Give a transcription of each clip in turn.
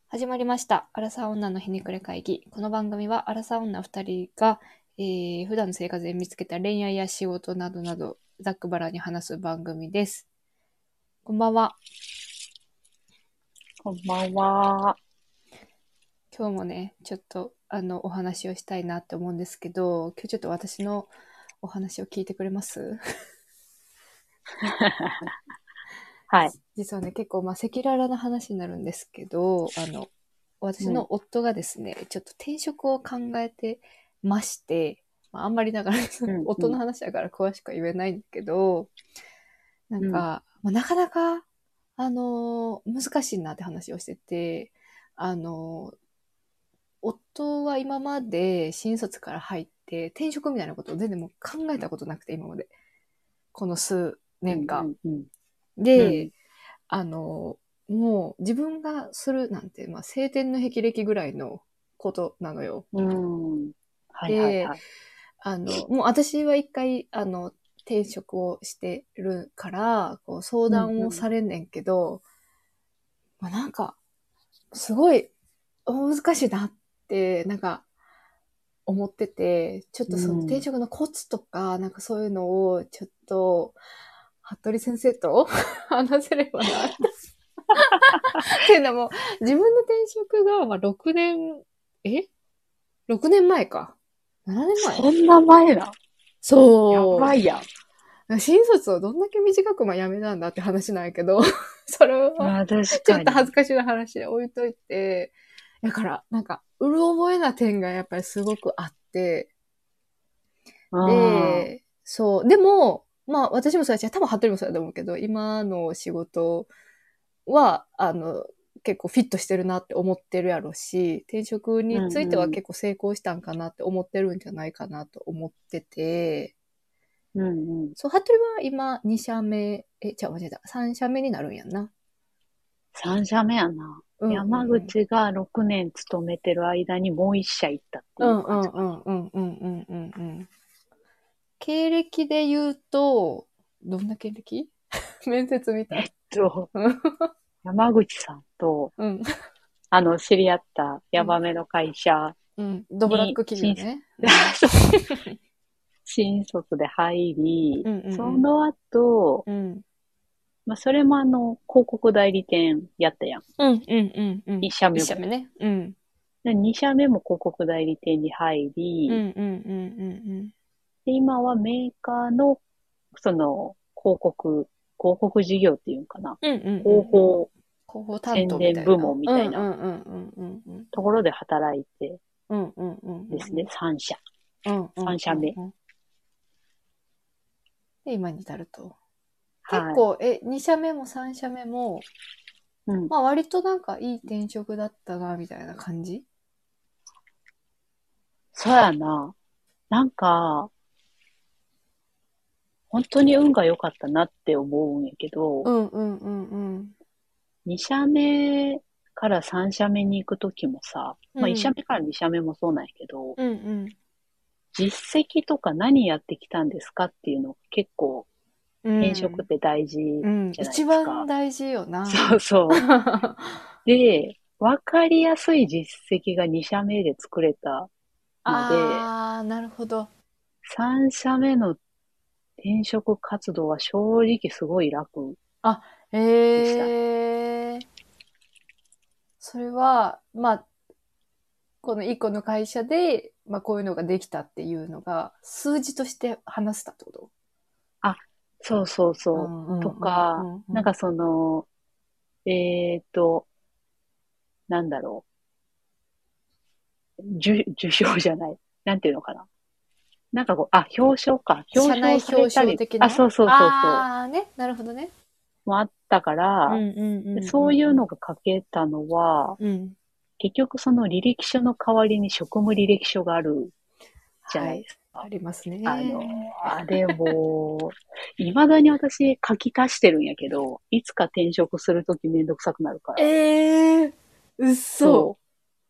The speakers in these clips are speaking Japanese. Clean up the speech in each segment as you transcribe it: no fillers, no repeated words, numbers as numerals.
始まりました。アラサー女のひねくれ会議。この番組はアラサー女2人が、普段の生活で見つけた恋愛や仕事などなど、ざっくばらんに話す番組です。こんばんは。 こんばんは。 今日もね、ちょっとお話をしたいなって思うんですけど、今日ちょっと私のお話を聞いてくれます？ はい。 実はね、結構赤裸々な話になるんですけど、私うん。 の夫がですね、ちょっと転職を考えてまして、あんまりだからうん。うん。 夫の話だから詳しくは言えないんだけど、なんうん。 か、なかなか、難しいなって話をしてて、夫は今まで新卒から入って転職みたいなことを全然もう考えたことなくて、今まで。この数うん。 年間。 うん。うで、 ん。 もう自分がするなんて、晴天の霹靂ぐらいのことなのよ。 うん。はいはいで、 はい。 もう私は一回、転職をしてるから、こう相うん。うん。 談をされんねんけど、なんか、すごい難しいなって、思ってて、ちょっうとその転ん。 職のコツとか、そういうのを、ちょっと、服部先生と話せればなって。っていうのも、自分の転職が、6年、え ?6 年前か。7年前そんな前な。やそばいやん。 う。新卒をどんだけ短く辞めたんだって話なんやけど、それは、 ああ、確ちょっかに。 と恥ずかしい話で置いといて、だから、うる覚えな点がやっぱりすごくあって、 うん。 で、そう。でも、私もそうだし、多分服部もそうだと思うけど、今の仕事は、結構フィットしてるなって思ってるやろし、転職うについてはん。 結構成功したんかなって思ってるんじゃないかなと思ってて、 うん。うん。 そう、服部は今2社目、間違えた。3社目になるんやんな。 三社目やな。 うんうん山うん。 口が6年勤めてる間にもう一社行ったっていううんう感じかんうんうんうんうんうんうん。経歴で言うと、どんな経歴？面接みな。 たい。 山口さんと、 うん。 知り合ったうん。 ヤバめの会社うん。ドブラッに、 ク企業ね。うん。 そう新卒で入り、 うんうんその後、 うん。うん。 それも広告代理店やったやん。 うんうんうんうん。 一社一目も。 社目ね。うん。 で、二社目も広告代理店に入り、 うんうんうんうんで、今はメーカーの、広告事業っていうんかな。 うん。うんうんうんうん。 広報広報担当みた宣伝部いな。 門みたいなうんうんうんうんうんうん。 ところで働いてうんうんうんうですね、 んうん。 三社。 うんうん三社目。 うんうん。で、今に至ると。結はい。 構、2社目も3社目も、 うん。 割といい転職だったな、みたいな感じ。 そうやな。なんか、本当に運が良かったなって思うんやけど、 うんうんうんうん。 2社目から3社目に行くときもさ、1社うん目から2社目もそうなんやけど、 うんうん。 実績とか何やってきたんですかっていうのが結構う転職っん。 て大事うん。 じゃない一ですか。 番大事よな。 そうそう。で、わかりやすい実績が2社目で作れたので、 あー、なるほど。 3社目の転職活動は正直すごい楽あ、 でしたね。 それは、この一個の会社で、こういうのができたっていうのが、数字として話せたってこと？ あ、そうそううそう。とんうんうんうか、 んうん。 えーっと、なんだろう。受賞じゃない。なんていうのかな。なんかこう、表彰か。表社内彰され表たり、あ、 彰的な。 そうそうそうそあーね。なるほどね。 う。もあったから、 うんうんうんうそういうのんが書けたのは、 うん。うん。 結局その履歴書の代わりに職務履歴書があるじゃはい。 ないですか。 ありますね。 あれも、未だに私書き足してるんやけど、いつか転職するときめんどくさくなるから。 嘘。 そう。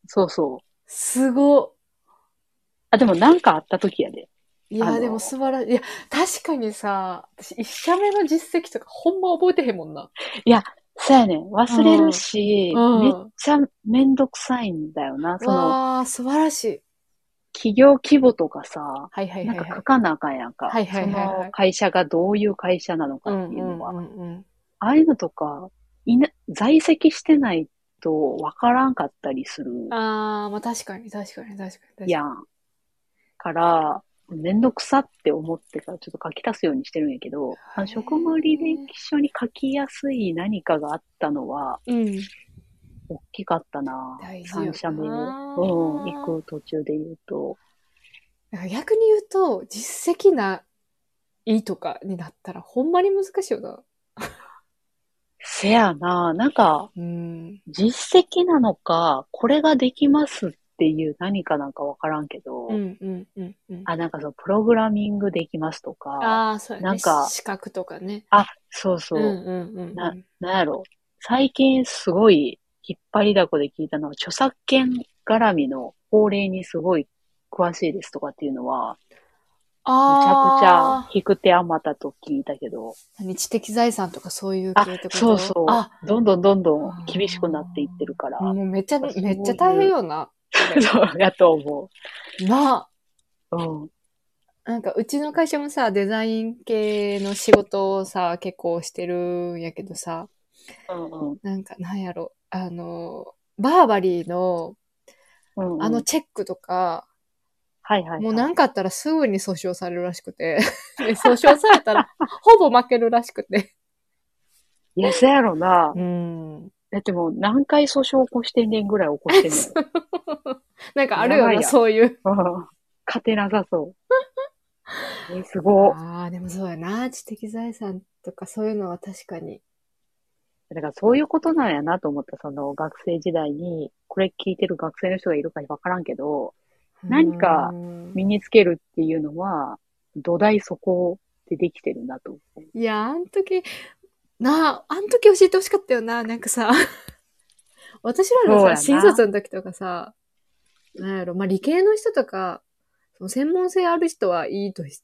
そうそう。 すご。 あ、でもなんかあったときやで。 いや、でもあの、 素晴らしい。いや、確かにさ、私一社目の実績とかほんま覚えてへんもんな。 いや、 そうやねん。忘れるし、めっうん。 ちゃめんどくさいんだよな。 わー、素晴らしい。 企業規模とかさ、 はいはいなんかはいはい。 書かなあかんやんか。 はいはいそはいはい。 の会社がどういう会社なのかっうんうんうていうのは。 んうん。 ああいうのとか、在籍してないとわからんかったりするあー、まあ確かに確かに確かに確かやん。から、めんどくさって思ってからちょっと書き足すようにしてるんやけど、 に。 職務履歴へ書に書きやすい何かがあったのは、 ー。うん。 大きかったな。 大事よ三社目、行なく途中で言うと。 だから逆に言うと、実績ないとかになったらほんまに難しいよな。 せやな、なんか、 うん。 実績なのか、これができますっていう何かなんかわからんけど、 うんうんうんうん。 あ、なんかその、プログラミングできますとか、 ああ、そうやね。 なんか、 資格とかね。 あ、そううんそうんうんう、 うん。 なんやろ。最近すごい引っ張りだこで聞いたのは、著作権絡みの法令にすごい詳しいですとかっていうのは、むちゃくちゃああ、 引く手あまたと聞いたけど、 知的財産とかそういうあ、 系ってこそうとそあ、 う。どんどんどんどん厳しくなっていってるあから、 もうめっちゃ、めっちゃ大変そういう、 よな。あれ。 そうやと思なう。うん。 なんかうちの会社もさ、デザイン系の仕事をさ、結構してるんやけどさ、 うんうん。 なんかなんやろ、バーバリーのうんうん。 チェックとか、 はいはいはい。 もうなんかあったらすぐに訴訟されるらしくて、で、訴訟されたらほぼ負けるらしくて。 いや、そやろな。 うん。 だってもう何回訴訟起こしてんねんぐらい起こしてんのよ。 なんかあるよな、 やばいやん。 そういう。 うん。勝てなさそう。すご。 ああ、でもそうやな。知的財産とかそういうのは確かに。 だからそういうことなんやなと思った。その学生時代に、これ聞いてる学生の人がいるかわからんけど、 うー何かん。 身につけるっていうのは、土台そこでできてるなと思う。 いや、あん時教えてほしかったよな。なんかさ、私らのそうさ、 やな。 新卒の時とかさ、なんやろ、まあ、理系の人とか、その専門性ある人はいいとして、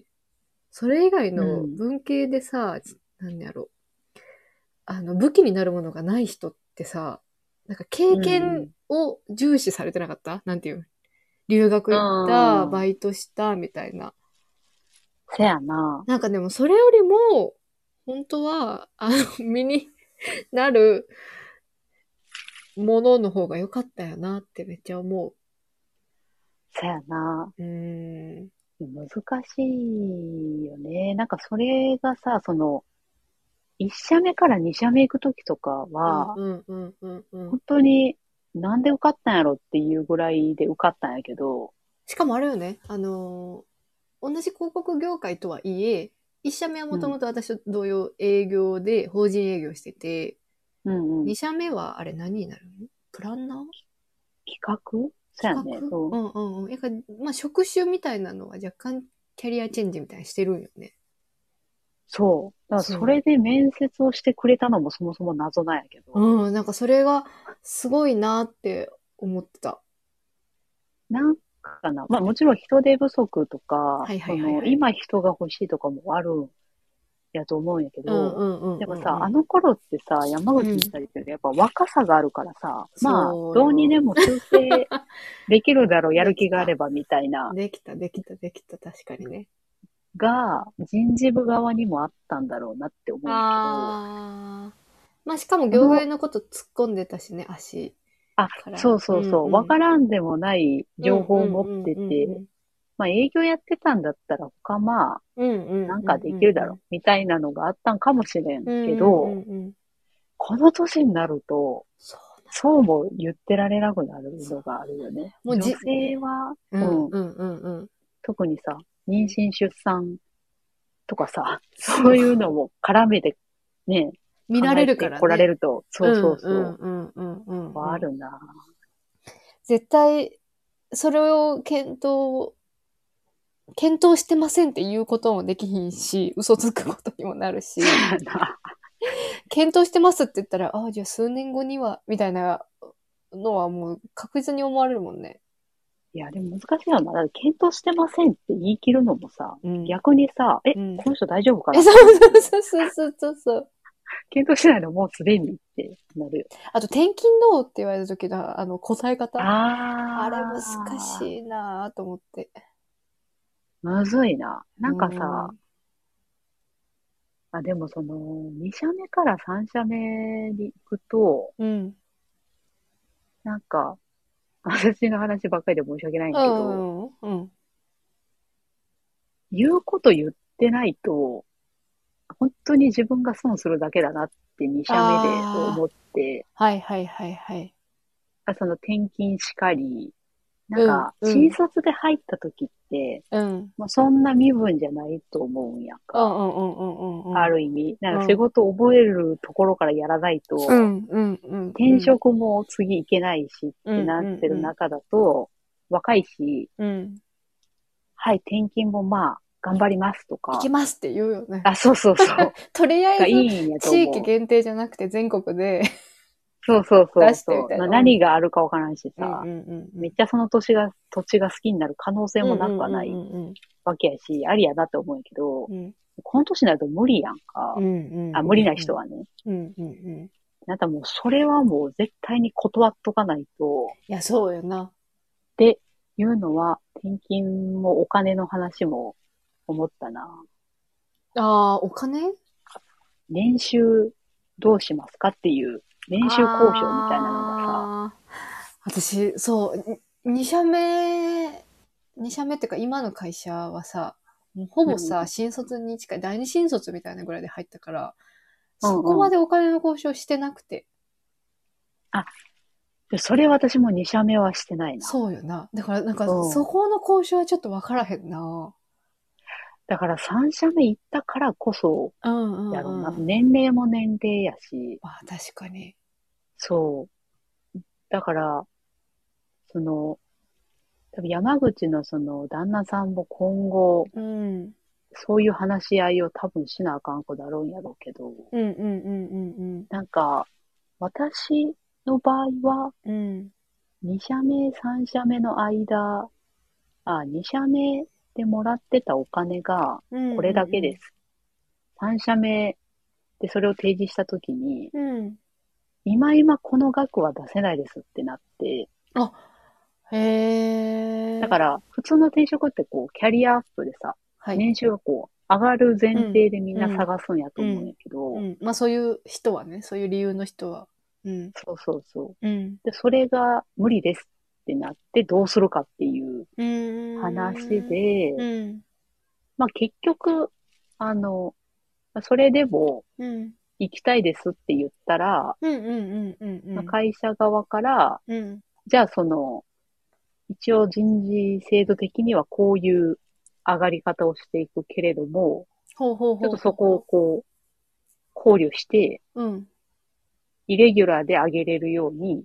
それ以外うん。 の文系でさ、なんやろ、武器になるものがない人ってさ、なんか経験うんうん。 を重視されてなかったなんていう留学う行った、 ん。 バイトした、みたいな。 せやな。 なんかでもそれよりも、本当は、身になるものの方が良かったよなってめっちゃ思せやな。 う。うーん。 難しいよね。なんかそれがさ、その、一社目から二社目行くときとかうんは、 うんうんうんうん。 本当になんで受かったんやろっていうぐらいで受かったんやけど、 しかもあれよね、同じ広告業界とはいえ、一社目はもとうん、 もと私と同様営業で法人営業してて、 うんうん。 二社目はあれ何になるのプランナー企画そ企うやね。 画うん。 うんうんうん。やっぱ、まあ、職種みたいなのは若干キャリアチェンジみたいにしてるんよね。 そう。だからそそれで面接をしてくれたのもそもそも謎なんやけう。 ど、 うん、なんかそれがすごいなって思ってた。 なんかな。まあもちろん人手不足とか、 はいはその、 いはいはい。 今人が欲しいとかもあるんやと思うんやけうんうど、 んうんでもさ、あうんうん。 の頃ってさ、山うん。 口にしたりってやっぱ若さがあるからさ、まあ、 そうどうにでよ。 も修正できるだろう、やる気があれできた。 ばみたいな、 できた、できた、できた、確かにね。 が、人事部側にもあったんだろうなって思うんやけど、 あー。まあ、しかも業この、 界のこと突っ込んでたしね、足あ、 から。 そううんそうそう、わうん。 からんでもない情うんうん報を持っうんうんうてて、 ん。 まあ営業やってたんだったら他まあ、 うんうんなんかうんうできるだろう、 んうん。 みたいなのがあったんかもしれんうんうんうけど、 んうん。 この年になると、 そうなそうも言ってられなくなるそのがあるよね。 う。もう女性は、 うんうん、 うんうんうん。 特にさ、妊娠出産とかさ、 そう。 そういうのも絡めてね、 見られるか考えてこられらね。 ると、そううんそうそうんうんうんうんう、 うん。 はあるな。 絶対、それを検討してませんって言うこともできひんし、嘘つくことにもなるそうし、 やな。 検討してますって言ったら、ああ、じゃあ数年後には、みたいなのはもう確実に思われるもんね。 いや、でも難しいよな。だって検討してませんって言い切るのもさ、 うん。 逆にさ、 うん。 この人大丈夫かえ、 なっそうてなるよね。 そうそうそうそうそう。 検討してないのもうすでにってなるよ。 あと、転勤どうって言われた時の、答え方。あれ難あしいなぁと思って。 むずいな。 うなんかさ、 ん。 でもその、2社目から3社目に行くと、 うん。 なんか、私の話ばっかりで申し訳ないんうやけど、 ん。うん。 言うこと言ってないと、本当に自分が損するだけだなって2社目であ思って、 あ、はいはいはいはい。 その転勤しかり、なんうん、 か、 うん、 新卒で入った時って、 うん。 もうそんな身分じゃないと思うんやんか。 うんうんうんうんうんうん。 ある意味。なんか仕うん。 事を覚えるところからやらないと、 うん、うん、うん、う転ん。 職も次行けないしっうん、うてなってるん、 中だと、若いし、 うん。うん。 はい、転勤もまあ、頑張りますとか、 行きますって言うよね。 あ、そうそうそう、 とりあえがいず、 いんやと地域思う。 限定じゃなくて全国でそうそう出そうそう。 してみたいな。うん。 何があるかわからんしうん、うさ、 ん、うん、うん。 めっちゃその土地が好きになる可能性うん、 もうん、うん、 なくはないうん。 わけやし、ありやなって思うんやけど、 うん、 この年になると無理やんうん、 か。 うん、 あ、無理なうん。 人はね。 うん、うん、うん。 なんかもうそれはもう絶対に断っとかないと、 いや、そうよな。 っていうのは、転勤もお金の話も思ったな。 ああ、お金。 年収どうしますかっていう年収交渉みたいなのがさ、 ああ、私、そう、2社目っていうか今の会社はさ、もうほぼさ、 うん、 新卒に近い、第二新卒みたいなぐらいで入ったから、そこうんうん。 までお金の交渉してなくて。 あ、それ私も2社目はしてないな。 そうよな。だからなんか、 うん。 そこの交渉はちょっとわからへんな。 だから3社目行ったからこそ、 うんうやろうな。 んうん。 年齢も年齢やし、 まあ確かに。 そう。だから、その、多分山口のその旦那さんも今後、 うん。 そういう話し合いを多分しなあかん子だろうんやろうけど、 うんうんうんうんうん。 なんか、私の場合は、 うん。 2社目、3社目の間、2社目でもらってたお金がうんこれだけうんです。3社目でそれを提示したときに、 うん。うん。 今この額は出せないですってなって、 あ、へえ。 だから普通の転職ってこう、キャリアアップでさ、 はい。 年収がこう、上がる前うん。 提でみんなうん。 探すんやと思うんやうん。 けど、 うん。まあそういう人はね、そういう理由の人は。うん。 そうそうそう。 うん。 で、それが無理ですってなってどうするかっていうう話ーん。うで、 ん。 まあ結局、あの、それでもうん。 行きたいですって言ったら、 うんうんうんうんうん。 会社側から、 うん。 じゃあその、一応人事制度的にはこういう上がり方をしていくけれども、 ほうほうほうちょっとそこをほうほこう、考慮して、 う。うん。 イレギュラーで上げれるように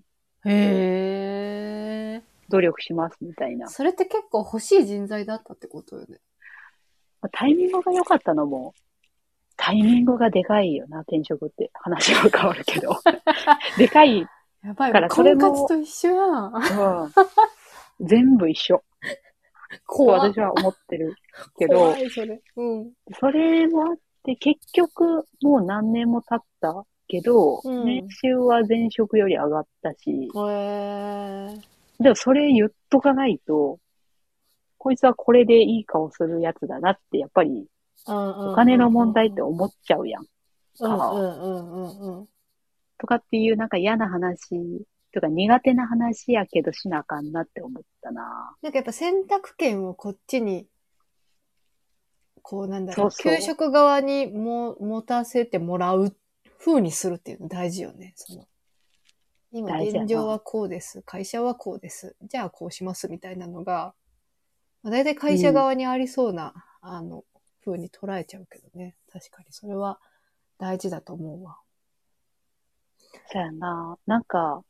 へえ。 努力しますみたいな。 それって結構欲しい人材だったってことよね。 タイミングが良かったのも、タイミングがでかいよな、転職って話は変わるけど。でかいやばい、もうから、それ婚活も、 と一緒やん。 うん、全部一緒と怖っ。 私は思ってるけど、 怖い、それ。うん。 それもあって結局もう何年も経ったけど、 う年ん。 収は前職より上がったし、 へえ。 でもそれ言っとかないと、こいつはこれでいい顔するやつだなって、やっぱりうんうおんうん金の問題っうんうん。 て思っちゃうやんうんうか。 んうんうんうん。 とかっていうなんか嫌な話とか苦手な話やけどしなあかんなって思ったな。 なんかやっぱ選択権をこっちに、こうなんだろう、給そうそ食側に持たせてもらう風にするっていうの大事よね。 う。 今大事やな。 現状はこうです。会社はこうです。じゃあこうしますみたいなのが、まあ、大体会社うん。 側にありそうな、風に捉えちゃうけどね。確かにそれは大事だと思うわ。 そうやな。なんか、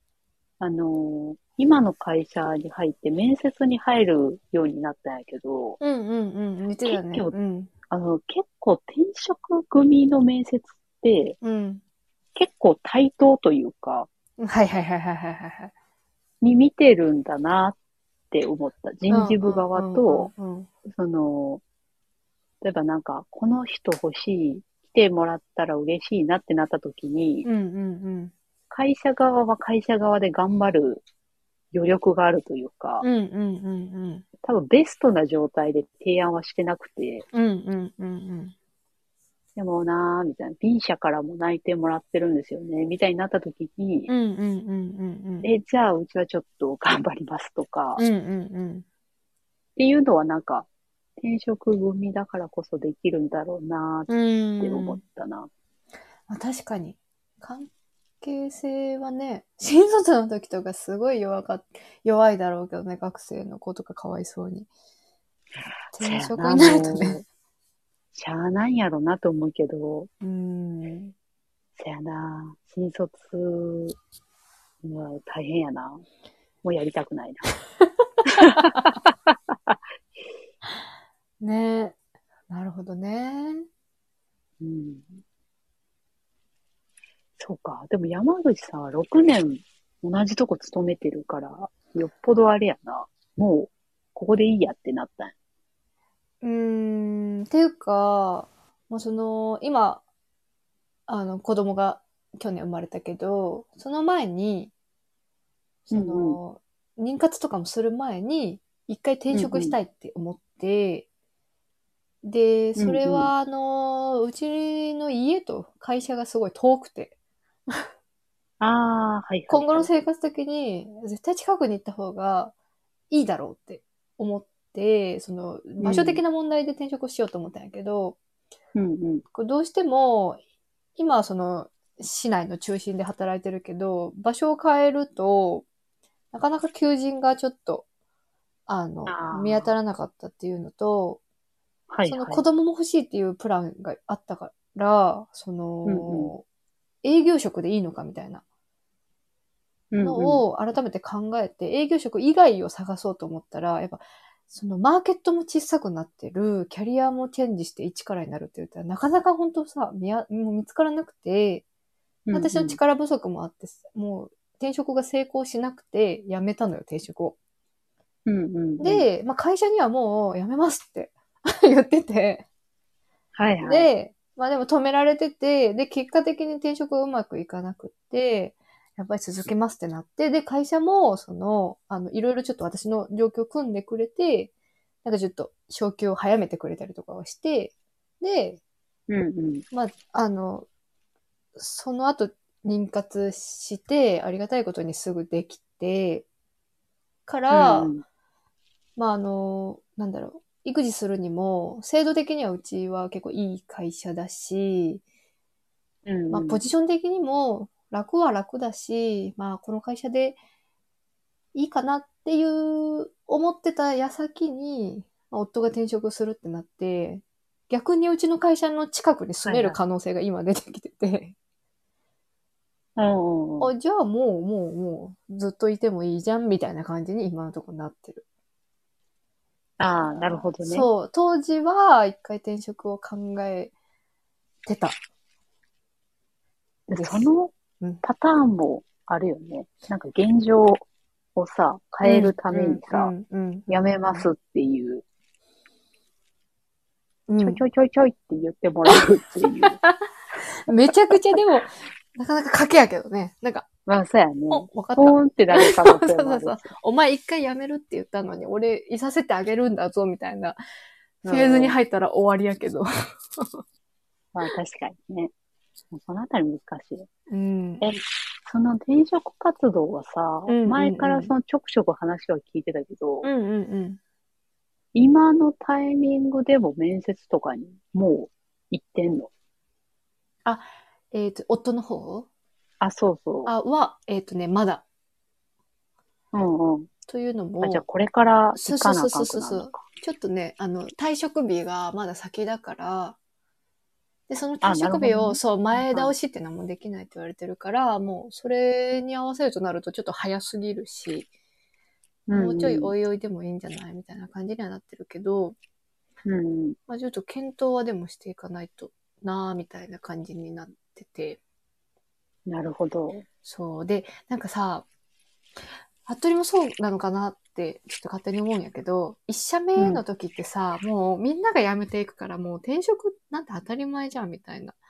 今の会社に入って面接に入るようになったんやけど、 うんうんうん。言ってたね。 結構、 うん。 結構転職組の面接ってうん。 結構対等というか、 はいはいはいはいはいはい。 に見てるんだなって思った。 うんう人事部側んうんうと、 んうん。 その、例えばなんか、この人欲しい来てもらったら嬉しいなってなった時に、 うんうん会社側は会社側で頑張る余力があるというか、 うん。うんうんうん多分ベストな状態で提案はしてなくて、 うん。うんうんうんうん。 でもなーみたいな、B 社からも内定もらってるんですよね、みたいになった時に、 うんうんうんうんじゃあうちはちょっと頑張りますとか、 うん。うっんうんうん。 ていうのはなんか、転職組だからこそできるんだろうなーっうて思っーん。 たな。 まあ、確かに。関係性はね、新卒の時とかすごい弱いだろうけどね、学生の子とかかわいそうに。転そやな、 職になるとね。 もう、しゃあないんやろなと思うけど、 うーん。 そやな、新卒は大変やな。もうやりたくないな。 ねえ。なるほどね。 うん。そうか。でも山口さんは6年同じとこ勤めてるから、よっぽどあれやな。もう、ここでいいやってなったんや。 っていうか、もう今、子供が去年生まれたけど、その前に、 うんうん。 妊活とかもする前に、一回転うんうん。 職したいって思って、で、それうんうん。 は、うちの家と会社がすごい遠くて、 ああ、はいはい今後のはい。 生活的に絶対近くに行った方がいいだろうって思って、場所うん。 的な問題で転職しようと思ったんやけど、 うんうん。 これどうしても、今は市内の中心で働いてるけど、場所を変えると、なかなか求人がちょっと、 あ見当たらあ、 なかったっていうのと、 はいはい。 子供も欲しいっていうプランがあったから、 うんうん。 営業職でいいのかみたいなうんうん。 のを改めて考えて、営業職以外を探そうと思ったら、やっぱ、マーケットも小さくなってる、キャリアもチェンジして一からになるって言ったら、なかなか本当さ、もう見つからなくて、私のうんうん。 力不足もあって、もう転職が成功しなくて、辞めたのよ、転職を。 うんうんうん。 で、まあ、会社にはもう辞めますって言ってて、 はいはい。 で、まあでも止められてて、で、結果的に転職がうまくいかなくって、やっぱり続けますってなって、で、会社も、いろいろちょっと私の状況を組んでくれて、なんかちょっと昇給を早めてくれたりとかをして、で、 うんうん。 まあ、その後、妊活して、ありがたいことにすぐできて、かうんら、 うん。 まあ、なんだろう、育児するにも、制度的にはうちは結構いい会社だし、まあ、 うんうん。 ポジション的にも楽は楽だし、まあ、この会社でいいかなっていう思ってた矢先に、まあ夫が転職するってなって、逆にうちの会社の近くに住めるはいはい。 可能性が今出てきてて、 うんうんうん。 あ、じゃあもう、ずっといてもいいじゃんみたいな感じに今のところなってる。 ああ、なるほどね。 そう、当時は一回転職を考えてたんで、 です。 そのうん。 パターンもあるよね。なんか現状をさ、変えるためにさ、やめますっていう、ちょいちょうん。 いちょいちょいって言ってもらうっていう。 めちゃくちゃでも、なかなか賭けやけどね。なんか、 まあ、そうやね。 わかった。 ポーンってなる可能そう性そうそう。 もあるし。 お前一回辞めるって言ったのに、俺いさせてあげるんだぞ、みたいなうフェーズにんうん。 入ったら終わりやけど。 まあ、確かにね。このあたり難しい。 うん。 え、その転職活動はさ、 うんうん前かうん。 らそのちょくちょく話は聞いてたけど、 うんうんうん。 今のタイミングでも面接とかにもう行ってんの？ あ、夫の方あ、そうそまだ。 う。うんうん。 というのあ、じゃあも、 これからそうそうそう行かなあかんくそうそう。 なるのか。 ちょっとね、退職日がまだ先だから、で、その転あ、なる職日を、 ほどね。 そう、前はいはい。 倒しっていうのはもうできないって言われてるから、もう、それに合わせるとなるとちょっと早すぎるし、 うもうちょいんうん。 おいおいでもいいんじゃないみたいな感じにはなってるけど、 うんうん。 まあちょっと検討はでもしていかないとなぁ、みたいな感じになってて。 なるほど。 そう。で、なんかさ、服部もそうなのかなって、ちょっと勝手に思うんやけど、一社うん。 目の時ってさ、もうみんなが辞めていくから、もう転職なんて当たり前じゃん、みたいな。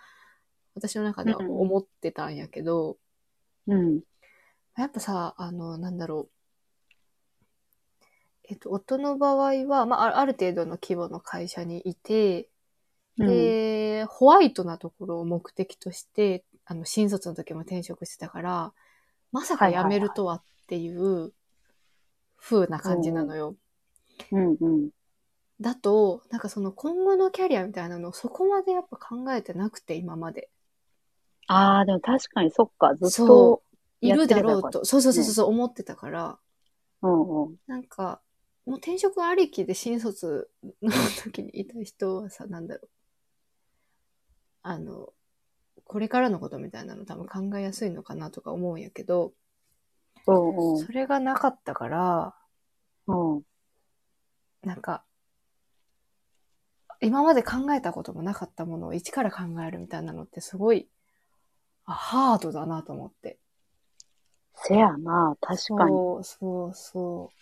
私の中ではうん。 思ってたんやけど、 うん。 やっぱさ、なんだろ夫の場合は、まあ、ある程度の規模の会社にいて、 うん。 で、ホワイトなところを目的として、新卒の時も転職してたから、まさかはい辞はいはい。 めるとはっていう風な感じなうん。 のよ。 うん。うん。 だと、なんかその今後のキャリアみたいなのをそこまでやっぱ考えてなくて、今まで。 ああ、でも確かにそっか。ずっとそう、いるやってればよかっだろうと、そうそうたね。 そうそう思ってたから、 うんうん。 なんか、もう転職ありきで新卒の時にいた人はさ、なんだろう、あの、これからのことみたいなの多分考えやすいのかなとか思うんやけど、 うんうん。 それがなかったから、 うん。 なんか、今まで考えたこともなかったものを一から考えるみたいなのってすごい、ハードだなと思って。 せやな、確かに。 そうそうそう。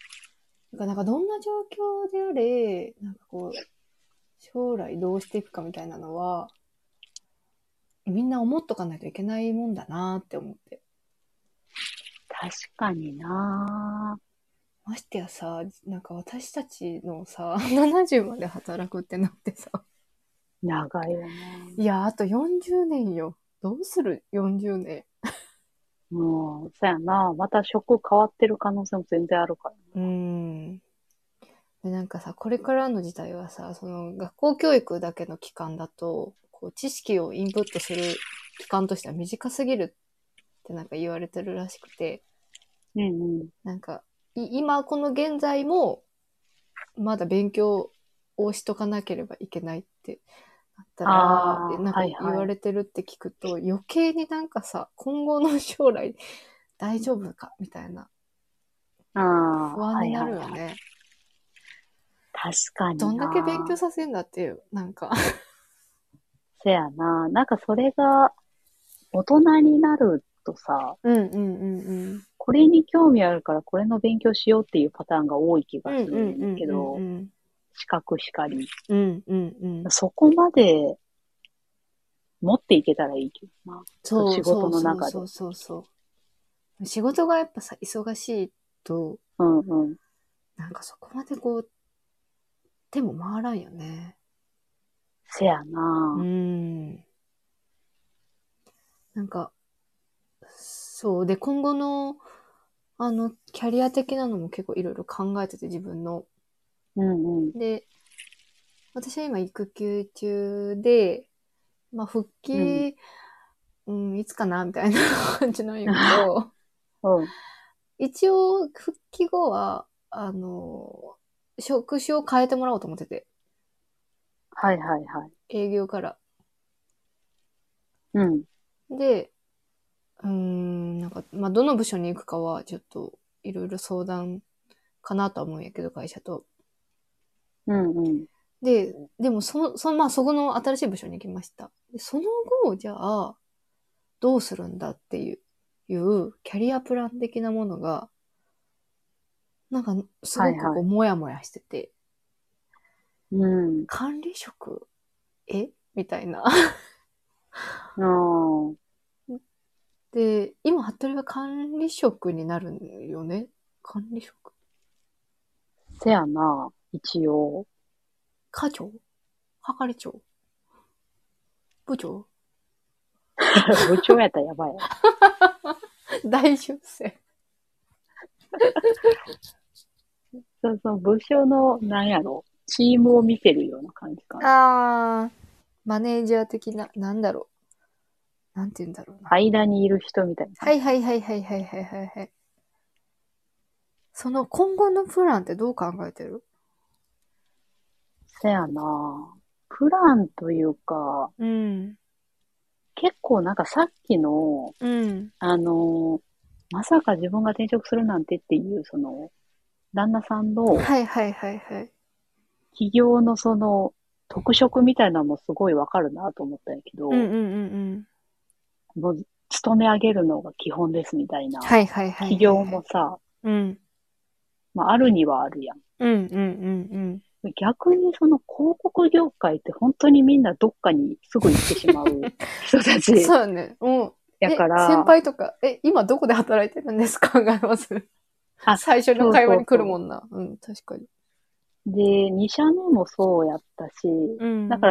なんかどんな状況であれ、なんかこう、将来どうしていくかみたいなのは、みんな思っとかないといけないもんだなって思って。 確かにな。 ましてやさ、なんか私たちのさ、70まで働くってなってさ、 長いよな。 いや、あと40年よ。どうする ?40 年。 うん、そやな。また職変わってる可能性も全然あるからうーん。で、なんかさ、これからの時代はさ、その学校教育だけの期間だと、こう知識をインプットする期間としては短すぎるってなんか言われてるらしくて、 な。うんうん。 なんか、今この現在もまだ勉強をしとかなければいけないってなったあら、 あ、 なんかはいはい。 言われてるって聞くと、余計になんかさ、今後の将来大丈夫かみたいなああ、 不安になはいはいはい。 るよね。 確かにどんだけ勉強な。 させんだっていう、なんか。 せやな。なんかそれが大人になるとさ、 うんうんうんうん。 これに興味あるからこれの勉強しようっていうパターンが多い気うんがするうんうんけど、 うんうん。 資格しかり。 うんうんうん。 そこまで持っていけたらいいけどな。そう、 そう仕事そうそうの中で。 そうそうそう。仕事がやっぱさ、忙しいと、 うんうん。 なんかそこまでこう、手も回らんよね。 せやうーな。 ん。なんか、そう。で、今後の、キャリア的なのも結構いろいろ考えてて、自分の。 うんうん。 で、私は今育休中で、まあ、復うん。 帰、うん、いつかなみたいな感じなんやけど、 うん。 一応、復帰後は、職種を変えてもらおうと思ってて、 はいはいはい。 営業から。 うん。 で、なんか、まあ、どの部署に行くかは、ちょっと、いろいろ相談かなとは思うんやけど、会社と。 うんうん。 で、でも、まあ、そこの新しい部署に行きました。でその後、じゃあ、どうするんだっていうキャリアプラン的なものが、なんか、すごくこう、 はいはい。 もやもやしてて、 うん。 管理職みたいな。 うん。 で、今、服部は管理職になるんよね。管理職。 せやな。一応。 課長係長部長部長やったらやばいやろ。 大出世。 そうそう、部署の、なんやろ。チームを見てるような感じかな。 あー、マネージャー的な、なんだろう。なんて言うんだろうな。 間にいる人みたいな感じ。 はいはいはいはいはいはいはいはい。その今後のプランってどう考えてる？ せやな。プランというか、 うん。 結構なんかさっきの、 うん。 あの、まさか自分が転職するなんてっていう、その、旦那さんのはいはいはいはい。 企業のその、特色みたいなのもすごいわかるなと思ったんやけど、 うんうんうんうん。 もう、勤め上げるのが基本ですみたいな、 はいはいはい企業はいはい。 もさ、 うん。 まあ、あるにはあるやん。 うんうんうんうん。 逆にその広告業界って本当にみんなどっかにすぐ行ってしまう人たちそうよね。うん。 やか先ら、 輩とか、今どこで働いてるんですかがまず、 あ、 最初のそう会話に来るもそうそんな。うん、確かに。 う。で、2社目もそうやったし、 うん。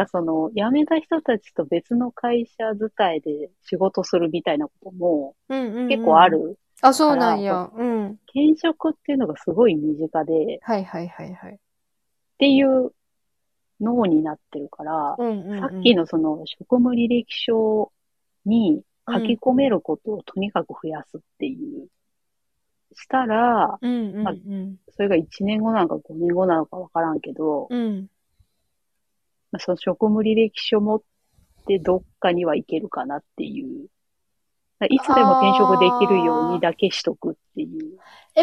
だからその辞めた人たちと別の会社伝いで仕事するみたいなこともうんう結んうん。 構あるあ、そうから、 なんや。うん。 転職っていうのがすごい身近で、っはいはいはいはい。 ていう脳になってるから、 うんうんさっうん。 きのその職務履歴書に書きうん。 込めることをとにかく増やすっていう。したら、 うんうまあ、 んうん。 それが1年後なのか5年後なのかわからんけど、 うん。 まあ、その職務履歴書持ってどっかには行けるかなっていう。いつでも転職できるようにあだけしとくっていう。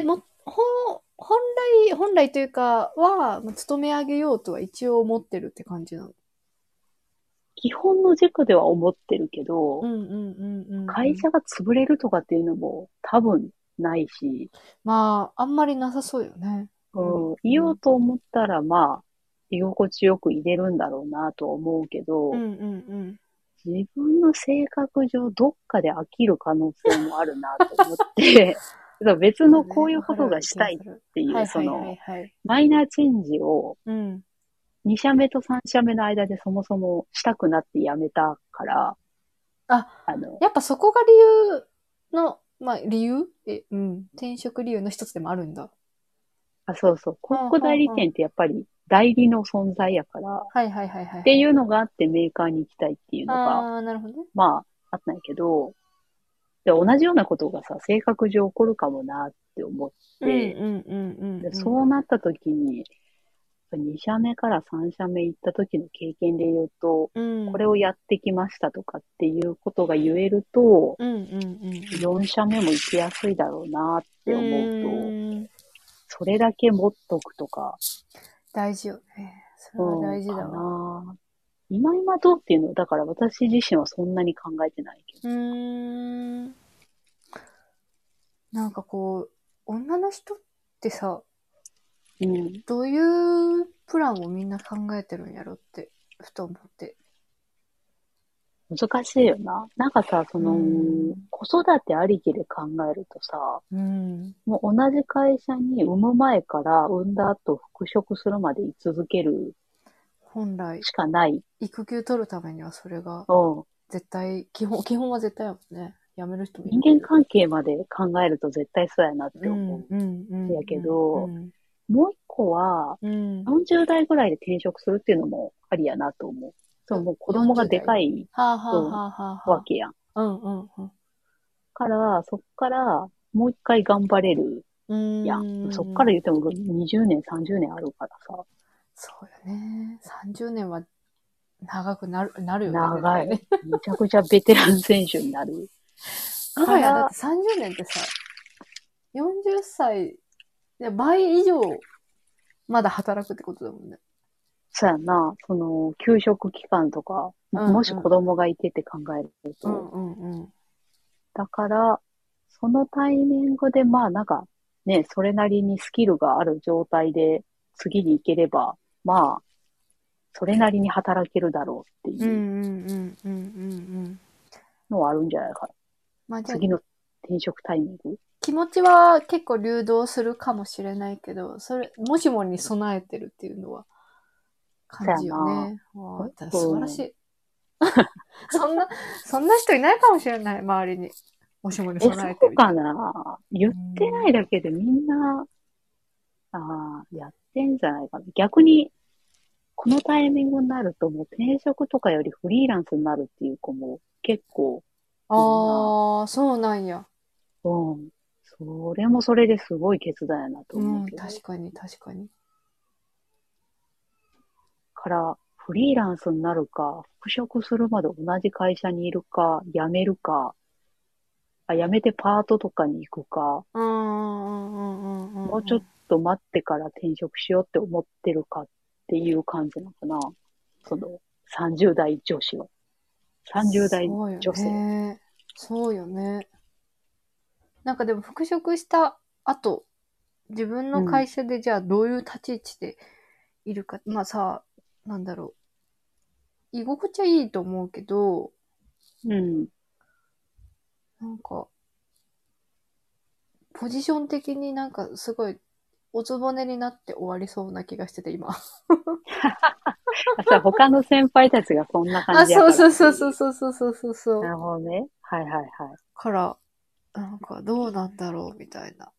本来というかは、勤め上げようとは一応思ってるって感じなの。 基本の軸では思ってるけど、 うんうんうんうんうん。 会社が潰れるとかっていうのも多分ないし、 まあ、あんまりなさそうよね。うんうん、言おううん。 と思ったらまあ、居心地よく入れるんだろうなとは思うけど、 うんうんうん。 自分の性格上どっかで飽きる可能性もあるなと思って、別のこうまあね、 いうことわかるがしたいっ気がする。 ていう、 はいはいはその、 いはい。 マイナーチェンジをうん。 2社目と3社目の間でそもそもしたくなって辞めたから、 あ、 あの、 やっぱそこが理由の、理由うん。転職理由の一つでもあるんだ。 そうそう、 はあ広告代理はあはあ。 店ってやっぱり代理の存在やから、っはいはいはいはいはい。 ていうのがあってメーカーに行きたいっていうのが、 あー、なるほどね。 まあ、あったんやけど、で、同じようなことがさ、性格上起こるかもなって思っうんて、 うんうんうんで、 うん。 そうなった時に、2社目から3社目行った時の経験で言うと、 うん。 これをやってきましたとかっていうことが言えると、 うんうんうん 4社目も行きやすいだろうなっうん。 て思うと、 ん。 それだけ持っとくとか、 大事よね。それはうん、か大事だわ。 な。今どうっていうの、だから私自身はそんなに考えてないけど。 うーん。なんかこう、女の人ってさ、 うん。 どういうプランをみんな考えてるんやろって、ふと思って。 難しいよな。なんかさ、そうーの、 ん。 子育てありきで考えるとさ、 うん。 もう同じ会社に産む前から産んだ後復職するまで居続ける本来、 しかない。 育休取るためにはそれがうん。 絶対、基本は絶対やもんね。辞める人もい人るけど。 間関係まで考えると絶対そうやなって思うん、うん、ううんやけん、うど、 ん、 もう一個は、 うん。 40代ぐらいで転職するっていうのもありやなと思う。そう、もう子供が 40 で代で。 かい、 はあ、はあ、 うん、 はあ、はあ、はわけやん。 あ。うん、うん、うん。 から、そっからもう一回頑張れるうやん。そっーん。 から言っても20年、30年あるからさ。 そうよね。30年は長くなるよね、絶長い。 対ね。 めちゃくちゃベテラン選手になるもはやだってから、 30年ってさ、40歳で倍以上まだ働くってことだもんね。 そうやな、その、給食期間とか、 うん、うん、 もし子供がいてって考えると、 うん、うん、うん。 だから、そのタイミングで、まあなんか、ね、それなりにスキルがある状態で次に行ければ、まあ、それなりに働けるだろうってうん、 いううん、うん、うん、うん、うん。 のはあるんじゃないかな。 まあじゃあ、 次の転職タイミング。 気持ちは結構流動するかもしれないけど、もしもに備えてるっていうのはそ感じよやな。 ね。ああ、素晴らしうん。 い。そんな、そんな人いないかもしれない、周りに。もしもにそ備えてみたいうかな。言な。うってないん。 だけでみんな、やってんじゃないかな。逆に、このタイミングになるともう転職とかよりフリーランスになるっていう子も結構いるな。 ああ、そうなんや。 うん。それもそれですごい決断やなとうん、 思うけど。 確かに、確かに。 から、フリーランスになるか、復職するまで同じ会社にいるか、辞めるか、辞めてパートとかに行くか、 うん、うん、うん、うん、うん。 もうちょっと待ってから転職しようって思ってるかっていう感じなのかな。その、30代女子は。30代そうよ女性。 ね。そうよね。なんかでも復職した後、自分のうん。 会社でじゃあどういう立ち位置でいるか、まあさ、なんだろう。居心地はいいと思うけど、 うん。 なんか、ポジション的になんかすごい、おつぼねになって終わりそうな気がしてて、今。 あ、さ、他の先輩たちがそんな感あ、 じやからそうそうそうっていう。 そうそうそうそうそう。 なるほどね。はいはいはい。 から、なんかどうなんだろうみたいな。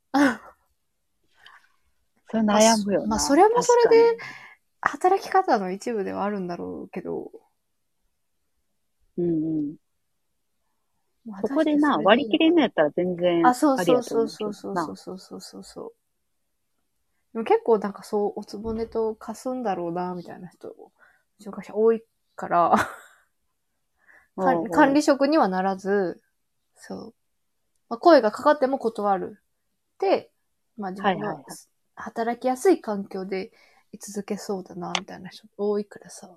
それまあ、 悩むよな。 それもそれで確かに。 働き方の一部ではあるんだろうけど、 うんうん。 まあ、果たそこでな、 してそれで割り切れんいいのか。 のやったら全然あ、そうありそうやと思うそうそうけどな。 そうそうそうそうそうそう。でも結構なんかそう、おつぼねと貸すんだろうな、みたいな人、うちの会社多いから、管うんうん。 理職にはならず、そう。まあ、声がかかっても断る。で、まあ自分がはいはいはい。 働きやすい環境で居続けそうだな、みたいな人多いからさ。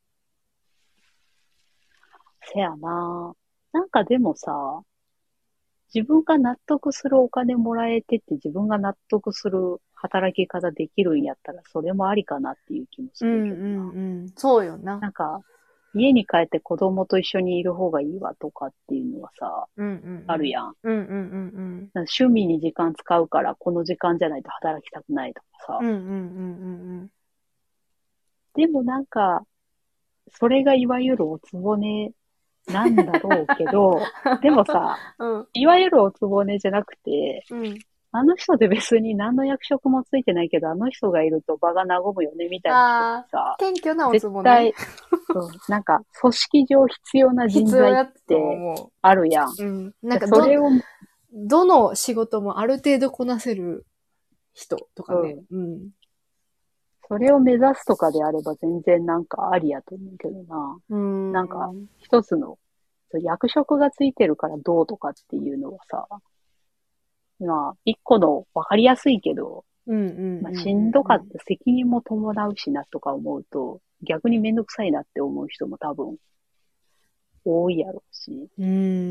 せやな。なんかでもさ、自分が納得するお金もらえてて自分が納得する働き方できるんやったらそれもありかなっていう気もすうんうるけどな。 んうん。そうよな。 なんか、家に帰って子供と一緒にいる方がいいわとかっていうのはさ、 うんうんうん。 あるやん。 うんうんうんなんか趣味に時間使うからこの時間じゃないと働きたくないとかさ。 うん。うんうんうんうんでもなんか、それがいわゆるおつぼねなんだろうけど、でもさ、 うん。うん。 いわゆるおつぼねじゃなくて、 うん。 あの人で別に何の役職もついてないけど、あの人がいると場が和むよね、みたいな人ってああ、 さ、 謙虚なおつぼね。 絶対、そう、なんか、組織上必要な人必要材っやとて思あるやん。 う。うん。なんで、 か、 それを、 どの仕事もある程度こなせる人とかね。 うん、 うん。 それを目指すとかであれば全然なんかありやと思うけどな。 うーなんか、 ん。 一つの、そう役職がついてるからどうとかっていうのはさ、まあ、一個の分かりやすいけど、 うんうんまあ、 うんしんどかっうんた責任も伴うしなとか思うと、逆にめんどくさいなって思う人も多分多いやろうし。 うん。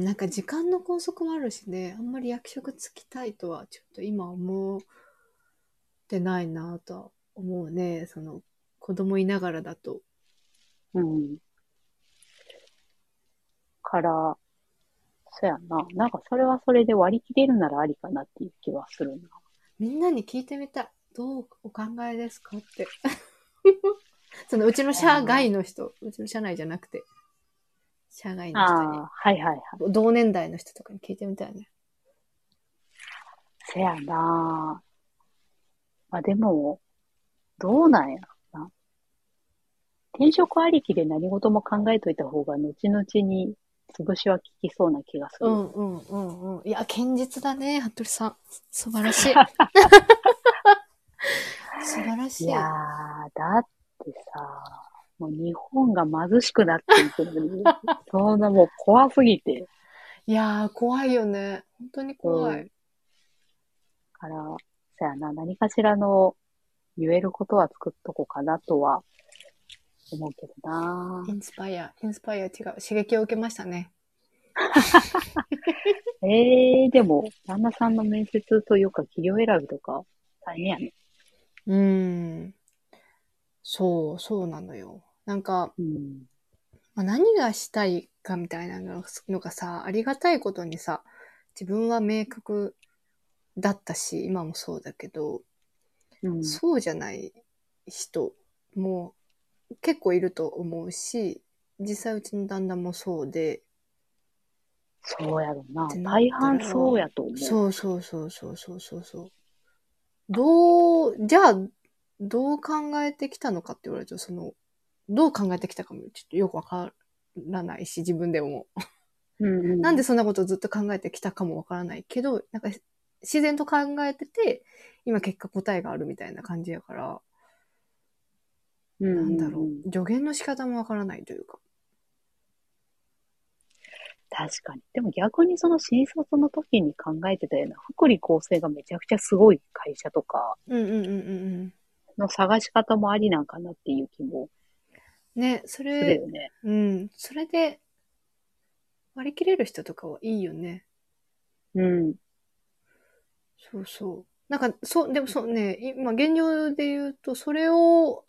なんか時間の拘束もあるしね。あんまり役職つきたいとは、ちょっと今思ってないなとは思うね。その、子供いながらだと。 うん。から、そやな。なんかそれはそれで割り切れるならありかなっていう気はするな。 みんなに聞いてみたい。どうお考えですかって。そのうちのそや社外な。 の人、うちの社内じゃなくて、社外の人に、 ああ、はいはいはい。 同年代の人とかに聞いてみたいね。 せやな。まあでも、どうなんやろな。転職ありきで何事も考えといた方が後々に潰しは効きそうな気がするよね。 うんうんうんうん。いや、堅実だね、服部さん。素晴らしい。素晴らしいやー、 い。 だってさ、もう日本が貧しくなっていくのに、そんなもう怖すぎて、 いやー、怖いよね。本当に怖い。 うん。から、そやな、何かしらの言えることは作っとこうかなとは思うけどな。 インスパイア違う。刺激を受けましたね。 でも、旦那さんの面接というか企業選びとか大変やね。 うーん。そうなのよ。なんか、 うん。 まあ、何がしたいかみたいなのがさ、ありがたいことにさ、自分は明確だったし、今もそうだけど、 うん。 そうじゃない人も結構いると思うし、実際うちの旦那もそうで、っそうやろな。 てなったら、 大半そうやと思う。 そう。じゃあ、どう考えてきたのかって言われると、どう考えてきたかもちょっとよくわからないし、自分でも。 うんうん。 なんでそんなことをずっと考えてきたかもわからないけど、なんか自然と考えてて、今結果答えがあるみたいな感じやから、 うんうんなんだろうん。 う。助言の仕方もわからないというか。 確かに。でも逆にその新卒の時に考えてたような福利厚生がめちゃくちゃすごい会社とかうん。 の探し方もありなんかなっていう気もね、 するよね。 それで割り切れる人とかはいいよね。 うん。 そうそう。 なんか、でもそうね、今現状で言うと、それを、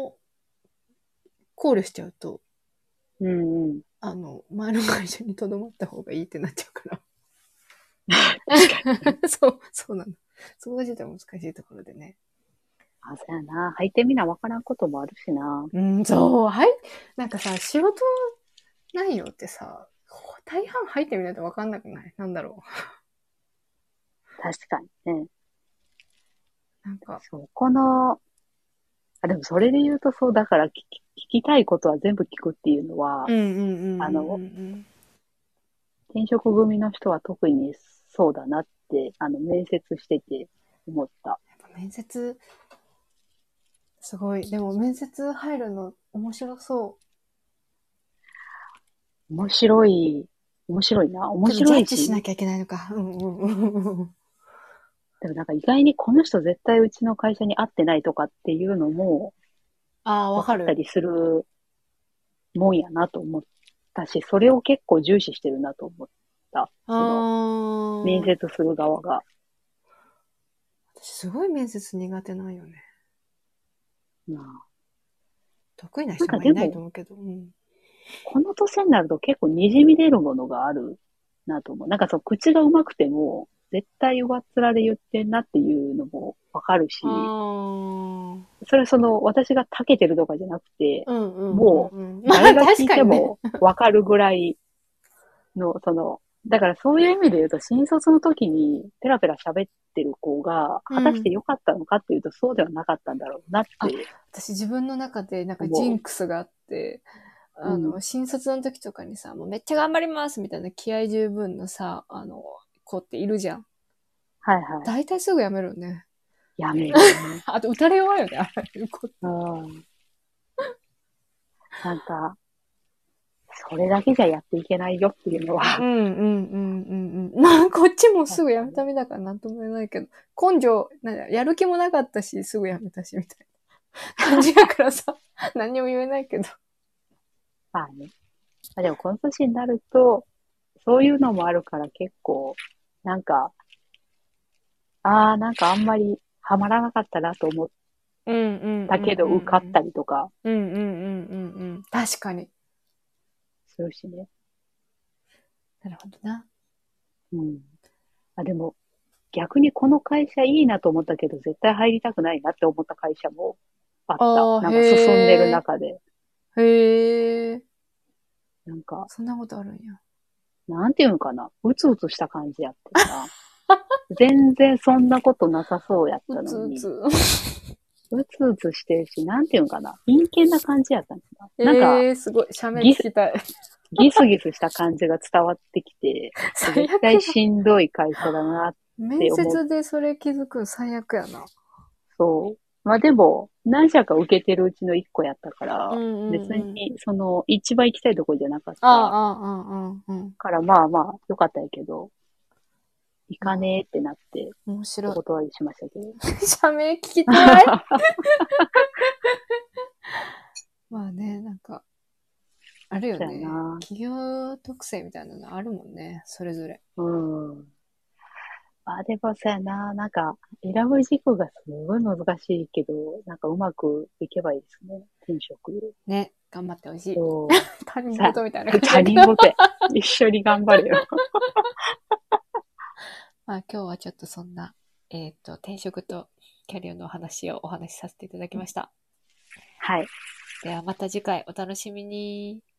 考慮しちゃうと、 うんうん。 前の会社に留まった方がいいってなっちゃうか確かに。 ら。そうなの。そこがちょっと難しいところでね。 あ、そうやな。履いてみなわからんこともあるしな。 うん、そう、はい。なんかさ、仕事内容ってさ、大半入ってみないとわかんなくないなんだろ確かにね。 う。なんか、 そう、でもそれで言うとそう、だから聞きたいことは全部聞くっていうのは、 うんうんうんうんあの、 うん転職組の人は特にそうだなって、面接してて思った。 やっぱ面接、すごい。でも面接入るの面白そ面白い、面白いな。 う。 面けどジャッ白いし、 ジしなきゃいけないのか。うんうんうんうん。 でもなんか意外にこの人絶対うちの会社に合ってないとかっていうのもああ、わかる。 分かったりするもんやなと思ったし、それを結構重視してるなと思った。 あその、面あ、 接する側が。 私すごい面接苦手なんよね。 まあ、 得意ななん人あんまいかでも、 ないと思うけど。うん。 この年になると結構滲み出るものがあるなと思う。なんかそう、口が上手くても、絶対上っ面で言ってんなっていうのもわかるあし、 あ、 それ私が長けてるとかじゃなくて、 うんうんうんもうん。 う、 まあ誰が聞確かにね。 いてもわかるぐらいの、だからそういう意味で言うと、新卒の時にペラペラ喋ってる子が、 うん。 果たして良かったのかっていうと、そうではなかったんだろうなっあ、 て私自分の中でなんかジン思クスがあって、 う。うん。 新卒の時とかにさ、もうめっちゃ頑張りますみたいな気合十分のさ、子っているじゃん。 はいはい。 大体すぐ辞めるよね。 やめるね。 あと、打たれ弱いよね、ああいう子って。 うん。なんか、それだけじゃやっていけないよっていうのは、 うんうんうんうんうん。まあ、こっちもすぐ辞めた確かに。 身だからなんとも言えないけど、根性、やる気もなかったし、すぐ辞めたし、みたいな感じやからさ、何にも言えないけど。 まあね。まあでもこの年になると、そういうのもあるから結構、なんか、なんかあんまりハマらなかったなと思っうんうんうんたけど受かったりとかうんうんうんうんうんうん。確かに。 するしね。 なるほどな。 うん。でも、逆にこの会社いいなと思ったけど、絶対入りたくないなって思った会社もあった。 ああ、 なんか進んでるへえ。 中で。 へえ。 なんか、 そんなことあるんや。 なんていうのかな。うつうつした感じやってんな。全然そんなことなさそうやっうたのに、 つうつ。 うつうつしてるし、なんていうのかな。陰険な感じやったんだな。なんか、 ええ、すごい。写メ聞ギス、 きたい。 ギスギスした感じが伝わってきて、 最絶対悪や。 しんどい会社だなって思っ面接でそれ気づくん最悪やな。 そう。まあでも、何社か受けてるうちの一個やったかうんら、別うんうん。 に、一番行きたいとこじゃなかっああ、 たああ、ああ、うん。 から、まあまあ、よかったんやけど、行かまあ、 ねえってなって、 面白お断りしましたけど。 い。写メ聞きたい。まあね、なんか、あるよそうやね。 な。 企業特性みたいなのあるもんね。それぞれ。 うん。まあでもそうやな。なんか、選ぶ軸がすごい難しいけど、なんかうまくいけばいいですね。転職。 ね。頑張ってほしい。 そう。 他人さ事みたいなあ、他感じだけど。 人事や。一緒に頑張れよ。 まあ今日はちょっとそんな、転職とキャリアの話をお話しさせていただきました。 はい。 ではまた次回お楽しみに。